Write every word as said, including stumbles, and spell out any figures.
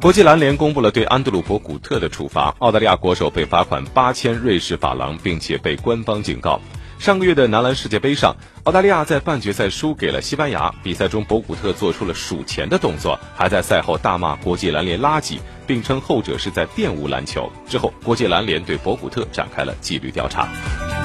国际篮联公布了对安德鲁·博古特的处罚，澳大利亚国手被罚款八千瑞士法郎，并且被官方警告。上个月的男篮世界杯上，澳大利亚在半决赛输给了西班牙。比赛中，博古特做出了数钱的动作，还在赛后大骂国际篮联垃圾，并称后者是在玷污篮球。之后，国际篮联对博古特展开了纪律调查。